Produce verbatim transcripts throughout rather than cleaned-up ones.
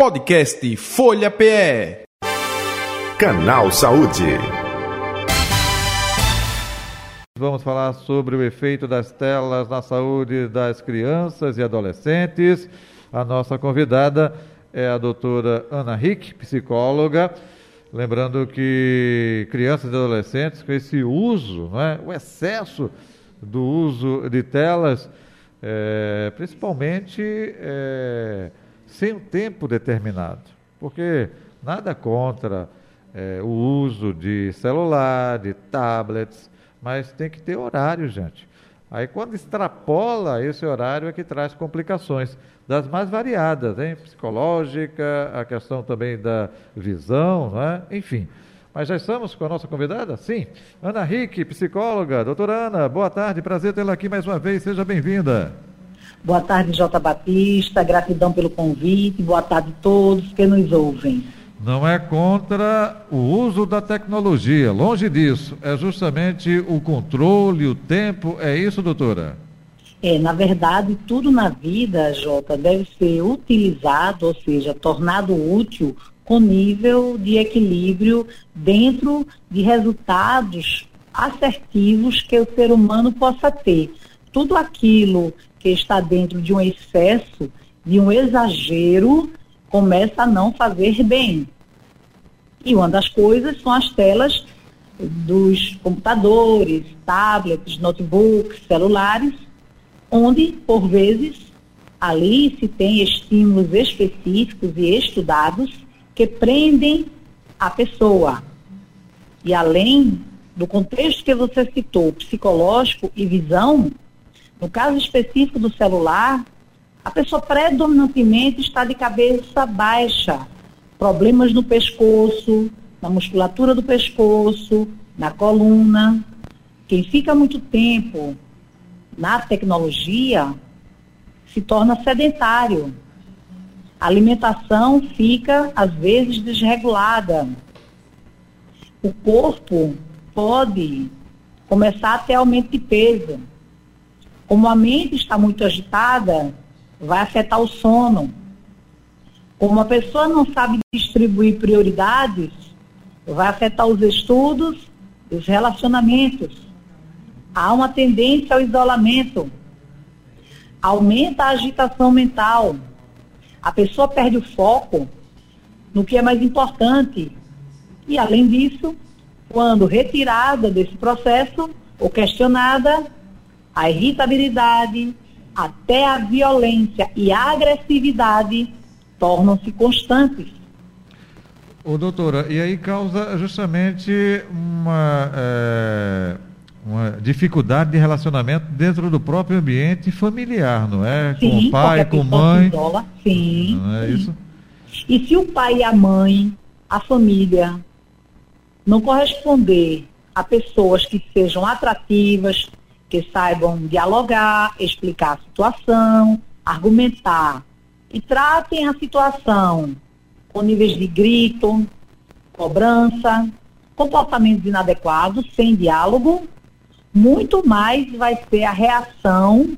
Podcast Folha P E. Canal Saúde. Vamos falar sobre o efeito das telas na saúde das crianças e adolescentes. A nossa convidada é a doutora Ana Hick, psicóloga. Lembrando que crianças e adolescentes, com esse uso, né, o excesso do uso de telas, é, principalmente é, sem um tempo determinado, porque nada contra é, o uso de celular, de tablets, mas tem que ter horário, gente. Aí quando extrapola esse horário é que traz complicações das mais variadas, hein? Psicológica, a questão também da visão, não é? Enfim. Mas já estamos com a nossa convidada? Sim. Ana Hick, psicóloga. Doutora Ana, boa tarde, prazer tê-la aqui mais uma vez, seja bem-vinda. Boa tarde, J. Batista, gratidão pelo convite, boa tarde a todos que nos ouvem. Não é contra o uso da tecnologia, longe disso, é justamente o controle, o tempo, é isso, doutora? É, na verdade, tudo na vida, Jota, deve ser utilizado, ou seja, tornado útil com nível de equilíbrio dentro de resultados assertivos que o ser humano possa ter. Tudo aquilo que está dentro de um excesso, de um exagero, começa a não fazer bem. E uma das coisas são as telas dos computadores, tablets, notebooks, celulares, onde, por vezes, ali se tem estímulos específicos e estudados que prendem a pessoa. E além do contexto que você citou, psicológico e visão, no caso específico do celular, a pessoa predominantemente está de cabeça baixa, problemas no pescoço, na musculatura do pescoço, na coluna. Quem fica muito tempo na tecnologia se torna sedentário. A alimentação fica, às vezes, desregulada. O corpo pode começar a ter aumento de peso. Como a mente está muito agitada, vai afetar o sono. Como a pessoa não sabe distribuir prioridades, vai afetar os estudos e os relacionamentos. Há uma tendência ao isolamento. Aumenta a agitação mental. A pessoa perde o foco no que é mais importante. E, além disso, quando retirada desse processo ou questionada, a irritabilidade, até a violência e a agressividade tornam-se constantes. Ô, doutora, e aí causa justamente uma, é, uma dificuldade de relacionamento dentro do próprio ambiente familiar, não é? Sim, com o pai, com a mãe. Isola, sim. Não é sim. isso? E se o pai e a mãe, a família, não corresponder a pessoas que sejam atrativas, que saibam dialogar, explicar a situação, argumentar e tratem a situação com níveis de grito, cobrança, comportamentos inadequados, sem diálogo, muito mais vai ser a reação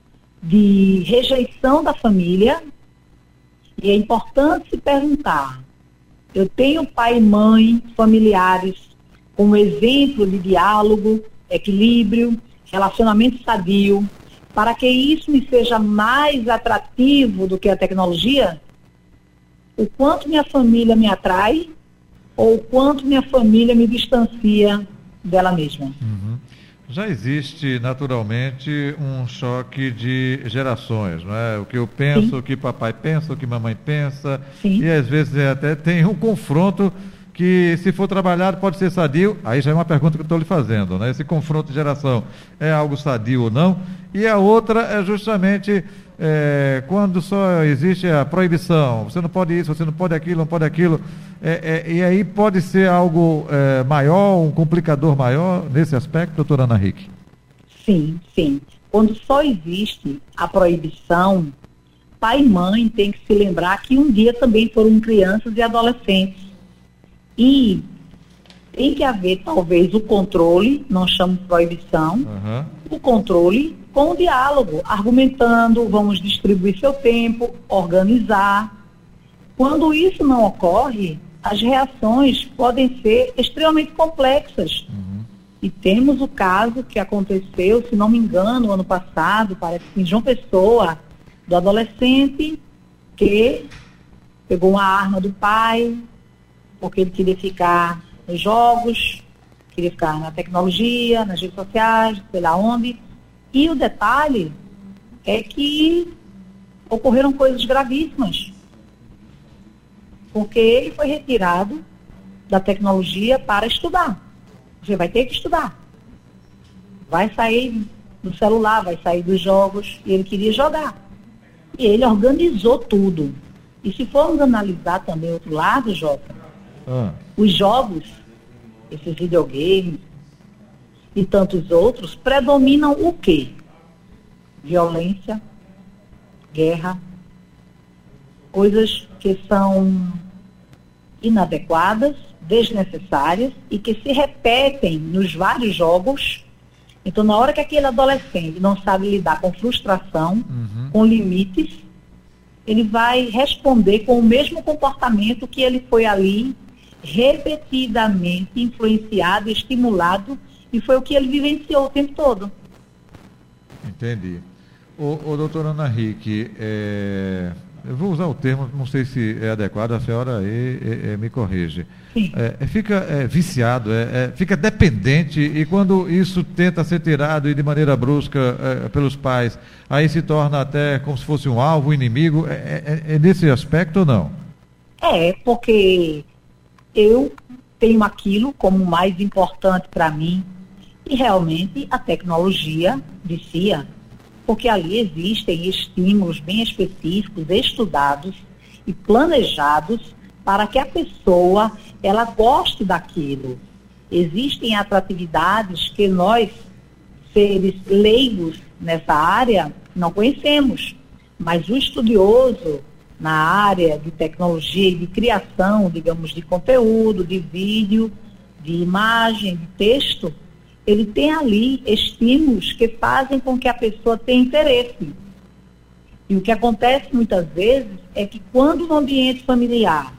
de rejeição da família. E é importante se perguntar, eu tenho pai e mãe, familiares, como exemplo de diálogo, equilíbrio, relacionamento sadio, para que isso me seja mais atrativo do que a tecnologia? O quanto minha família me atrai ou o quanto minha família me distancia dela mesma? Uhum. Já existe naturalmente um choque de gerações, não é? O que eu penso, Sim. o que papai pensa, o que mamãe pensa, Sim. e às vezes até tem um confronto que, se for trabalhado, pode ser sadio. Aí já é uma pergunta que eu estou lhe fazendo, né? Esse confronto de geração é algo sadio ou não? E a outra é justamente é, quando só existe a proibição, você não pode isso, você não pode aquilo, não pode aquilo, é, é, e aí pode ser algo é, maior, um complicador maior nesse aspecto, doutora Ana Hick? Sim, sim. Quando só existe a proibição, pai e mãe têm que se lembrar que um dia também foram crianças e adolescentes. E tem que haver, talvez, o controle, não chamo de proibição, uhum. o controle com o diálogo, argumentando, vamos distribuir seu tempo, organizar. Quando isso não ocorre, as reações podem ser extremamente complexas. Uhum. E temos o caso que aconteceu, se não me engano, ano passado, parece que em João Pessoa, do adolescente que pegou uma arma do pai, porque ele queria ficar nos jogos, queria ficar na tecnologia, nas redes sociais, sei lá onde. E o detalhe é que ocorreram coisas gravíssimas, porque ele foi retirado da tecnologia para estudar. Você vai ter que estudar. Vai sair do celular, vai sair dos jogos, e ele queria jogar. E ele organizou tudo. E se formos analisar também outro lado, Jota, Ah. os jogos, esses videogames e tantos outros, predominam o quê? Violência, guerra, coisas que são inadequadas, desnecessárias e que se repetem nos vários jogos. Então, na hora que aquele adolescente não sabe lidar com frustração, Uhum. com limites, ele vai responder com o mesmo comportamento que ele foi ali repetidamente influenciado, estimulado, e foi o que ele vivenciou o tempo todo. Entendi. O, o doutora Ana Hick, é, eu vou usar o termo, não sei se é adequado, a senhora aí é, é, me corrige. Sim. É, fica é, viciado, é, é, fica dependente, e quando isso tenta ser tirado e de maneira brusca é, pelos pais, aí se torna até como se fosse um alvo, um inimigo. É, é, é nesse aspecto ou não? É, porque eu tenho aquilo como mais importante para mim, e realmente a tecnologia vicia, porque ali existem estímulos bem específicos, estudados e planejados para que a pessoa ela goste daquilo. Existem atratividades que nós, seres leigos nessa área, não conhecemos, mas o estudioso na área de tecnologia e de criação, digamos, de conteúdo, de vídeo, de imagem, de texto, ele tem ali estímulos que fazem com que a pessoa tenha interesse. E o que acontece muitas vezes é que quando no ambiente familiar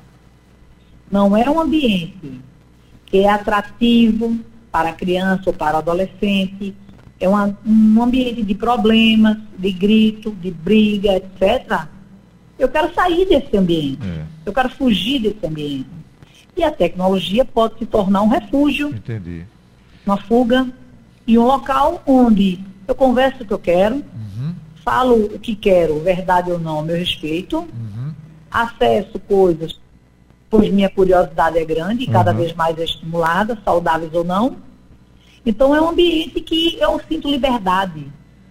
não é um ambiente que é atrativo para a criança ou para o adolescente, é uma, um ambiente de problemas, de grito, de briga, etcétera, eu quero sair desse ambiente, É. eu quero fugir desse ambiente. E a tecnologia pode se tornar um refúgio, Entendi. uma fuga, e um local onde eu converso o que eu quero, Uhum. falo o que quero, verdade ou não, a meu respeito, Uhum. acesso coisas, pois minha curiosidade é grande e cada Uhum. vez mais é estimulada, saudáveis ou não. Então é um ambiente que eu sinto liberdade.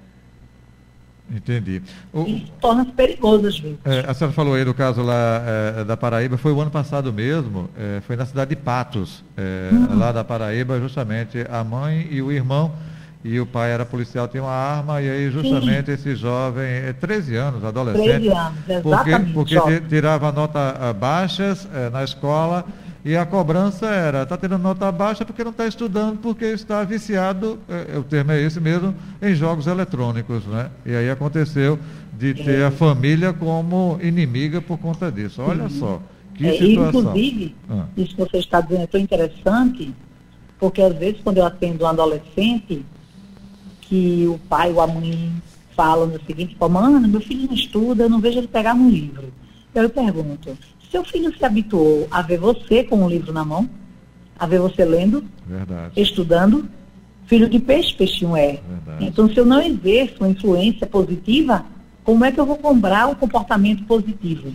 Entendi. O, E isso torna-se perigoso às vezes. É, a senhora falou aí do caso lá é, da Paraíba, foi o ano passado mesmo, é, foi na cidade de Patos, é, Uhum. lá da Paraíba, justamente a mãe e o irmão, e o pai era policial, tinha uma arma, e aí justamente esse jovem, é, treze anos, adolescente, treze anos, porque, exatamente. porque jovem. ti- tirava nota ah, baixas é, na escola, e a cobrança era, está tirando nota baixa porque não está estudando, porque está viciado, é, o termo é esse mesmo, em jogos eletrônicos, né? E aí aconteceu de ter a família como inimiga por conta disso. Olha só, que É, situação. inclusive, Ah. isso que você está dizendo é tão interessante, porque às vezes quando eu atendo um adolescente, que o pai ou a mãe falam da seguinte forma: Ana, meu filho não estuda, eu não vejo ele pegar um livro. Eu pergunto, seu filho se habituou a ver você com um livro na mão? A ver você lendo, Verdade, estudando? Filho de peixe, peixinho é. verdade. Então, se eu não exerço uma influência positiva, como é que eu vou comprar um comportamento positivo?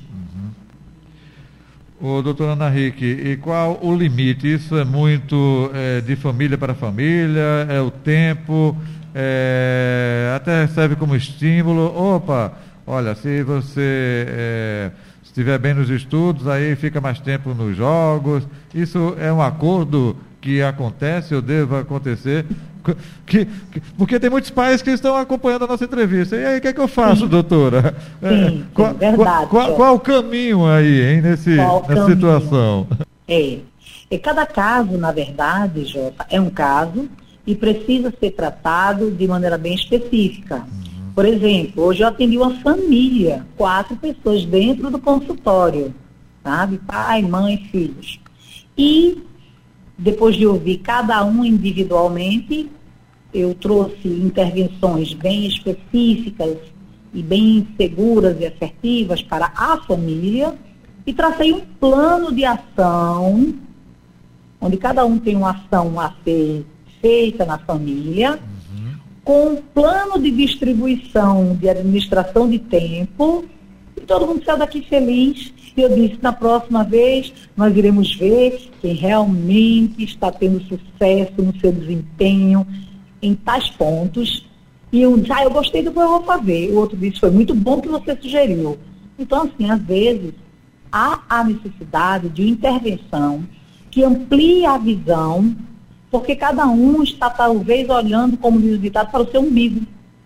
Ô, doutora Ana Hick, e qual o limite? Isso é muito é, de família para família, é o tempo, é, até serve como estímulo. Opa, olha, se você é, estiver bem nos estudos, aí fica mais tempo nos jogos. Isso é um acordo que acontece ou deva acontecer? Que, que, porque tem muitos pais que estão acompanhando a nossa entrevista. E aí, o que é que eu faço, Sim. doutora? Sim, qual, sim, verdade, qual, qual, é. qual o caminho aí, hein, nesse, Qual o nessa caminho? situação? É. E cada caso, na verdade, Jota, é um caso e precisa ser tratado de maneira bem específica. Por exemplo, hoje eu atendi uma família, quatro pessoas dentro do consultório. sabe? Pai, mãe, filhos. E, depois de ouvir cada um individualmente, eu trouxe intervenções bem específicas e bem seguras e assertivas para a família e tracei um plano de ação, onde cada um tem uma ação a ser feita na família, uhum. com um plano de distribuição, de administração de tempo, e todo mundo saiu daqui feliz. E eu disse, na próxima vez, nós iremos ver quem realmente está tendo sucesso no seu desempenho em tais pontos. E um disse, ah, eu gostei do que eu vou fazer. O outro disse, foi muito bom que você sugeriu. Então, assim, às vezes, há a necessidade de uma intervenção que amplie a visão, porque cada um está, talvez, olhando, como diz o ditado, para o seu umbigo.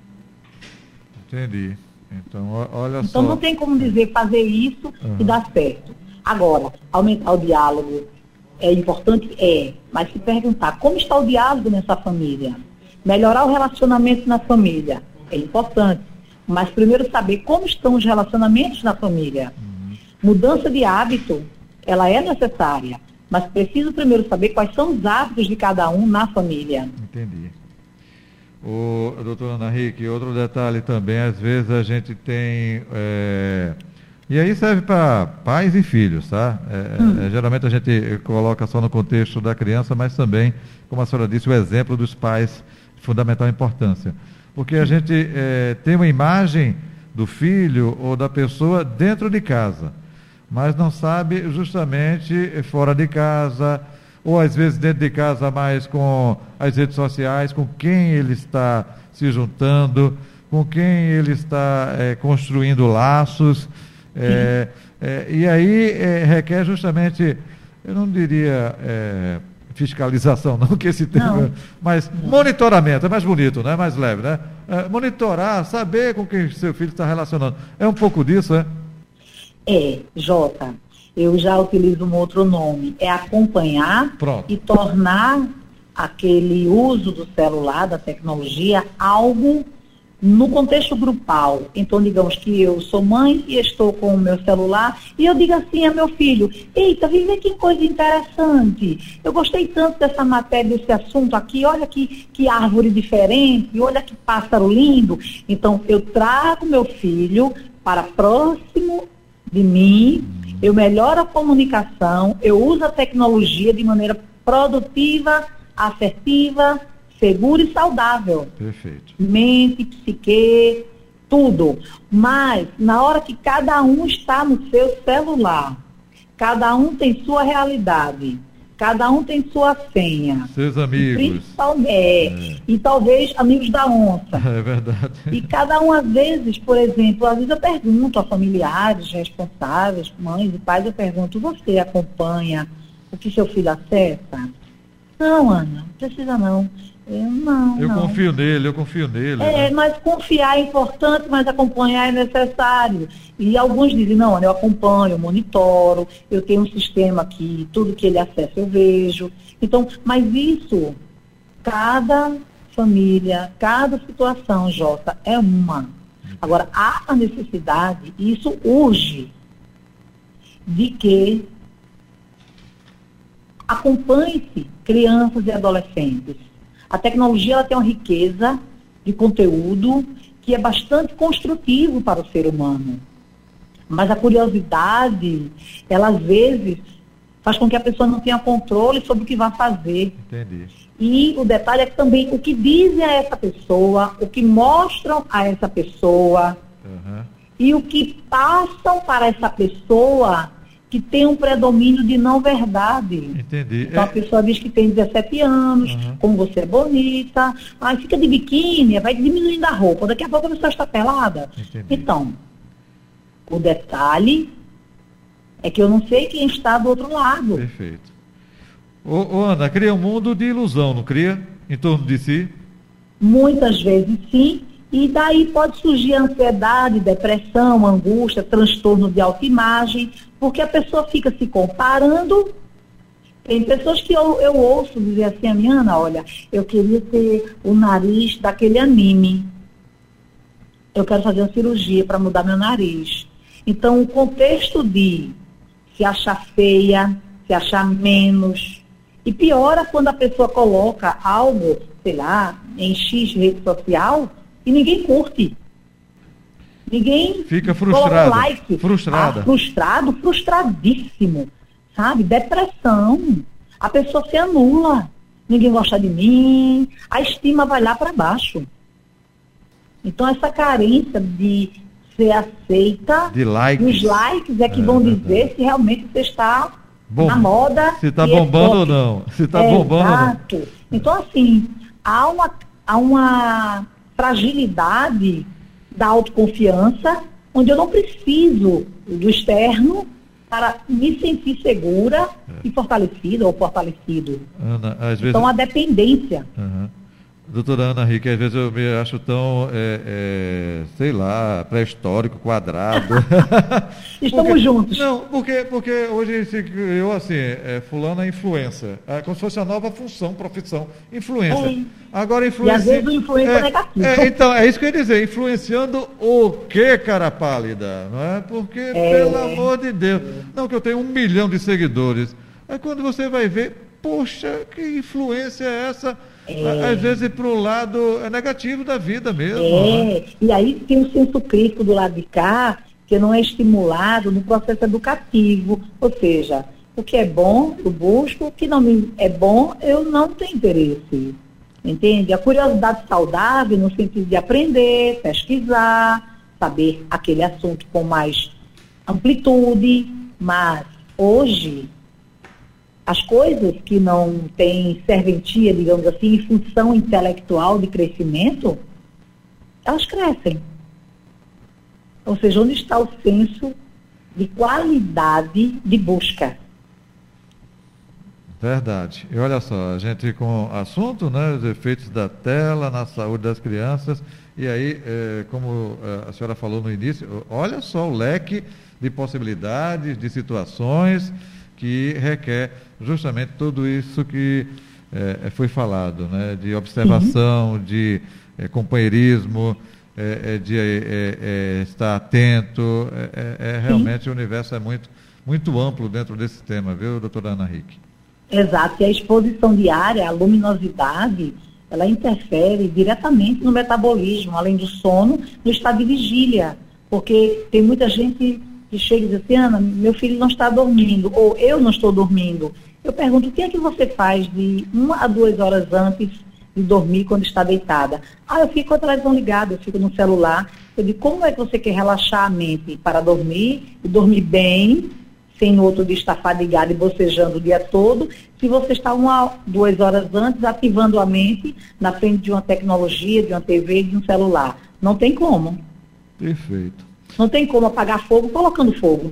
Entendi. Então, olha então só. Então, não tem como dizer fazer isso uhum. e dar certo. Agora, aumentar o diálogo é importante? É. Mas se perguntar como está o diálogo nessa família, melhorar o relacionamento na família é importante. Mas primeiro saber como estão os relacionamentos na família. Uhum. Mudança de hábito, ela é necessária. Mas preciso primeiro saber quais são os hábitos de cada um na família. Entendi. O doutor Ana Hick, outro detalhe também, às vezes a gente tem, é, e aí serve para pais e filhos, tá? É, hum. é, geralmente a gente coloca só no contexto da criança, mas também, como a senhora disse, o exemplo dos pais, de fundamental importância. Porque a gente é, tem uma imagem do filho ou da pessoa dentro de casa, mas não sabe justamente fora de casa, ou às vezes dentro de casa mais com as redes sociais, com quem ele está se juntando, com quem ele está é, construindo laços, é, é, e aí é, requer justamente, eu não diria é, fiscalização não, que esse termo, mas monitoramento, é mais bonito, né? Mais leve, né? É, monitorar, saber com quem seu filho está relacionando, é um pouco disso, é? É, Jota. Eu já utilizo um outro nome, é acompanhar Pronto. E tornar aquele uso do celular, da tecnologia, algo no contexto grupal. Então, digamos que eu sou mãe e estou com o meu celular e eu digo assim a meu filho, eita, vem ver que coisa interessante, eu gostei tanto dessa matéria, desse assunto aqui, olha que, que árvore diferente, olha que pássaro lindo. Então, eu trago meu filho para próximo de mim, eu melhoro a comunicação, eu uso a tecnologia de maneira produtiva, assertiva, segura e saudável. Perfeito. Mente, psique, tudo. Mas, na hora que cada um está no seu celular, cada um tem sua realidade, cada um tem sua senha. Seus amigos. É, é. E talvez amigos da onça. É verdade. E cada um, às vezes, por exemplo, às vezes eu pergunto a familiares responsáveis, mães e pais, eu pergunto, você acompanha o que seu filho acessa? Não, Ana, não precisa não. Eu não, Eu não. confio nele, eu confio nele. É, né? mas confiar é importante, mas acompanhar é necessário. E alguns dizem, não, eu acompanho, eu monitoro, eu tenho um sistema que tudo que ele acessa eu vejo. Então, mas isso, cada família, cada situação, Jota, é uma. Agora, há a necessidade, e isso urge, de que acompanhe-se crianças e adolescentes. A tecnologia ela tem uma riqueza de conteúdo que é bastante construtivo para o ser humano. Mas a curiosidade, ela às vezes faz com que a pessoa não tenha controle sobre o que vai fazer. Entendi. E o detalhe é que também o que dizem a essa pessoa, o que mostram a essa pessoa, uhum. e o que passam para essa pessoa que tem um predomínio de não verdade. Entendi. Então, é... a pessoa diz que tem dezessete anos, uhum. como você é bonita, aí fica de biquíni, vai diminuindo a roupa, daqui a pouco a pessoa está pelada. Entendi. Então, o detalhe é que eu não sei quem está do outro lado. Perfeito. Ô, ô Ana, cria um mundo de ilusão, não cria? Em torno de si? Muitas vezes sim. E daí pode surgir ansiedade, depressão, angústia, transtorno de autoimagem, porque a pessoa fica se comparando. Tem pessoas que eu, eu ouço dizer assim, a minha Ana, olha, eu queria ter o nariz daquele anime. Eu quero fazer uma cirurgia para mudar meu nariz. Então, o contexto de se achar feia, se achar menos. E piora quando a pessoa coloca algo, sei lá, em X rede social e ninguém curte. Ninguém fica frustrado, like. frustrada. Ah, frustrado, frustradíssimo, sabe? Depressão. A pessoa se anula. Ninguém gosta de mim. A estima vai lá para baixo. Então, essa carência de ser aceita, de likes. os likes é que é, vão é, dizer é. se realmente você está Bom, na moda. se está bombando é ou não. Se está é, bombando exato. ou não. Então, assim, há uma, há uma fragilidade da autoconfiança, onde eu não preciso do externo para me sentir segura é. e fortalecida ou fortalecido. Ana, às vezes... Então, a dependência. Uhum. Doutora Ana Hick, às vezes eu me acho tão, é, é, sei lá, pré-histórico, quadrado. Estamos porque, juntos. Não, porque, porque hoje se criou assim, é, fulano é influencer, é como se fosse a nova função, profissão, influencer. É. Agora influencia... E às vezes o influência é, negativo. É, então, é isso que eu ia dizer, influenciando o quê, cara pálida? Não é? Porque, é. pelo amor de Deus, não que eu tenho um milhão de seguidores. Aí quando você vai ver, poxa, que influência é essa? É. Às vezes para o lado negativo da vida mesmo. É, né? E aí tem o senso crítico do lado de cá, que não é estimulado no processo educativo. Ou seja, o que é bom, eu busco, o que não me é bom, eu não tenho interesse. Entende? A curiosidade saudável no sentido de aprender, pesquisar, saber aquele assunto com mais amplitude, mas hoje... As coisas que não têm serventia, digamos assim, em função intelectual de crescimento, elas crescem. Ou seja, onde está o senso de qualidade de busca? Verdade. E olha só, a gente com assunto, né, os efeitos da tela na saúde das crianças, e aí, é, como a senhora falou no início, olha só o leque de possibilidades, de situações que requer justamente tudo isso que é, foi falado, né? De observação, uhum. de é, companheirismo, é, de é, é, estar atento. É, é, realmente o universo é muito, muito amplo dentro desse tema, viu, doutora Ana Hick? Exato, e a exposição diária, a luminosidade, ela interfere diretamente no metabolismo, além do sono, no estado de vigília, porque tem muita gente que chega e diz assim, Ana, meu filho não está dormindo, ou eu não estou dormindo. Eu pergunto, o que é que você faz de uma a duas horas antes de dormir quando está deitada? Ah, eu fico com a televisão ligada, eu fico no celular. Eu digo, como é que você quer relaxar a mente para dormir, e dormir bem, sem no outro dia estar fadigado e bocejando o dia todo, se você está uma, duas horas antes ativando a mente na frente de uma tecnologia, de uma T V, de um celular? Não tem como. Perfeito. Não tem como apagar fogo colocando fogo.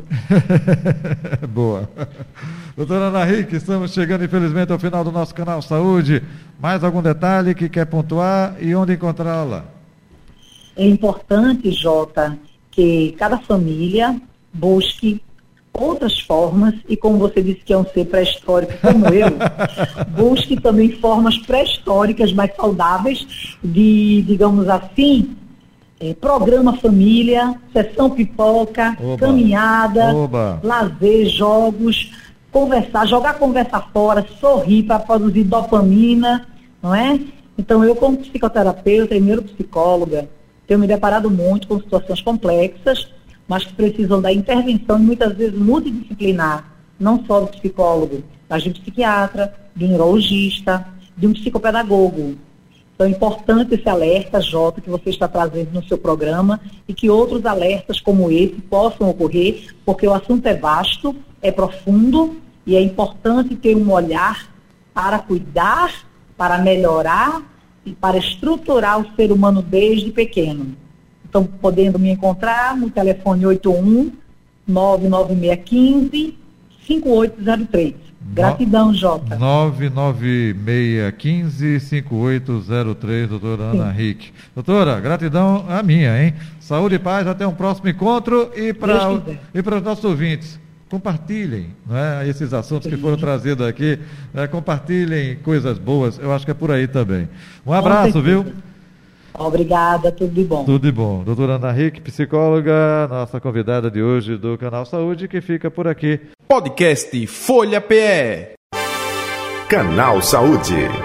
Boa. Doutora Ana Hick, estamos chegando infelizmente ao final do nosso canal Saúde. Mais algum detalhe que quer pontuar e onde encontrá-la? É importante, Jota, que cada família busque outras formas, e como você disse que é um ser pré-histórico como eu, busque também formas pré-históricas mais saudáveis de, digamos assim, É, programa família, sessão pipoca, Oba. caminhada, Oba. lazer, jogos, conversar, jogar a conversa fora, sorrir para produzir dopamina, não é? Então eu, como psicoterapeuta e neuropsicóloga, tenho me deparado muito com situações complexas, mas que precisam da intervenção, muitas vezes multidisciplinar, não só do psicólogo, mas de um psiquiatra, de um neurologista, de um psicopedagogo. Então é importante esse alerta, Jota, que você está trazendo no seu programa, e que outros alertas como esse possam ocorrer, porque o assunto é vasto, é profundo, e é importante ter um olhar para cuidar, para melhorar e para estruturar o ser humano desde pequeno. Então, podendo me encontrar no telefone oito um nove nove seis um cinco, cinco oito zero três. Gratidão, Jota. nove nove seis um cinco, cinco oito zero três, doutora Ana Hick. Doutora, gratidão a minha, hein? Saúde e paz, até um próximo encontro, e para e para os nossos ouvintes, compartilhem, né, esses assuntos Sim. que foram trazidos aqui, né, compartilhem coisas boas, eu acho que é por aí também. Um abraço, viu? Obrigada, tudo de bom. Tudo de bom. Doutora Ana Hick, psicóloga, nossa convidada de hoje do Canal Saúde, que fica por aqui. Podcast Folha P E. Canal Saúde.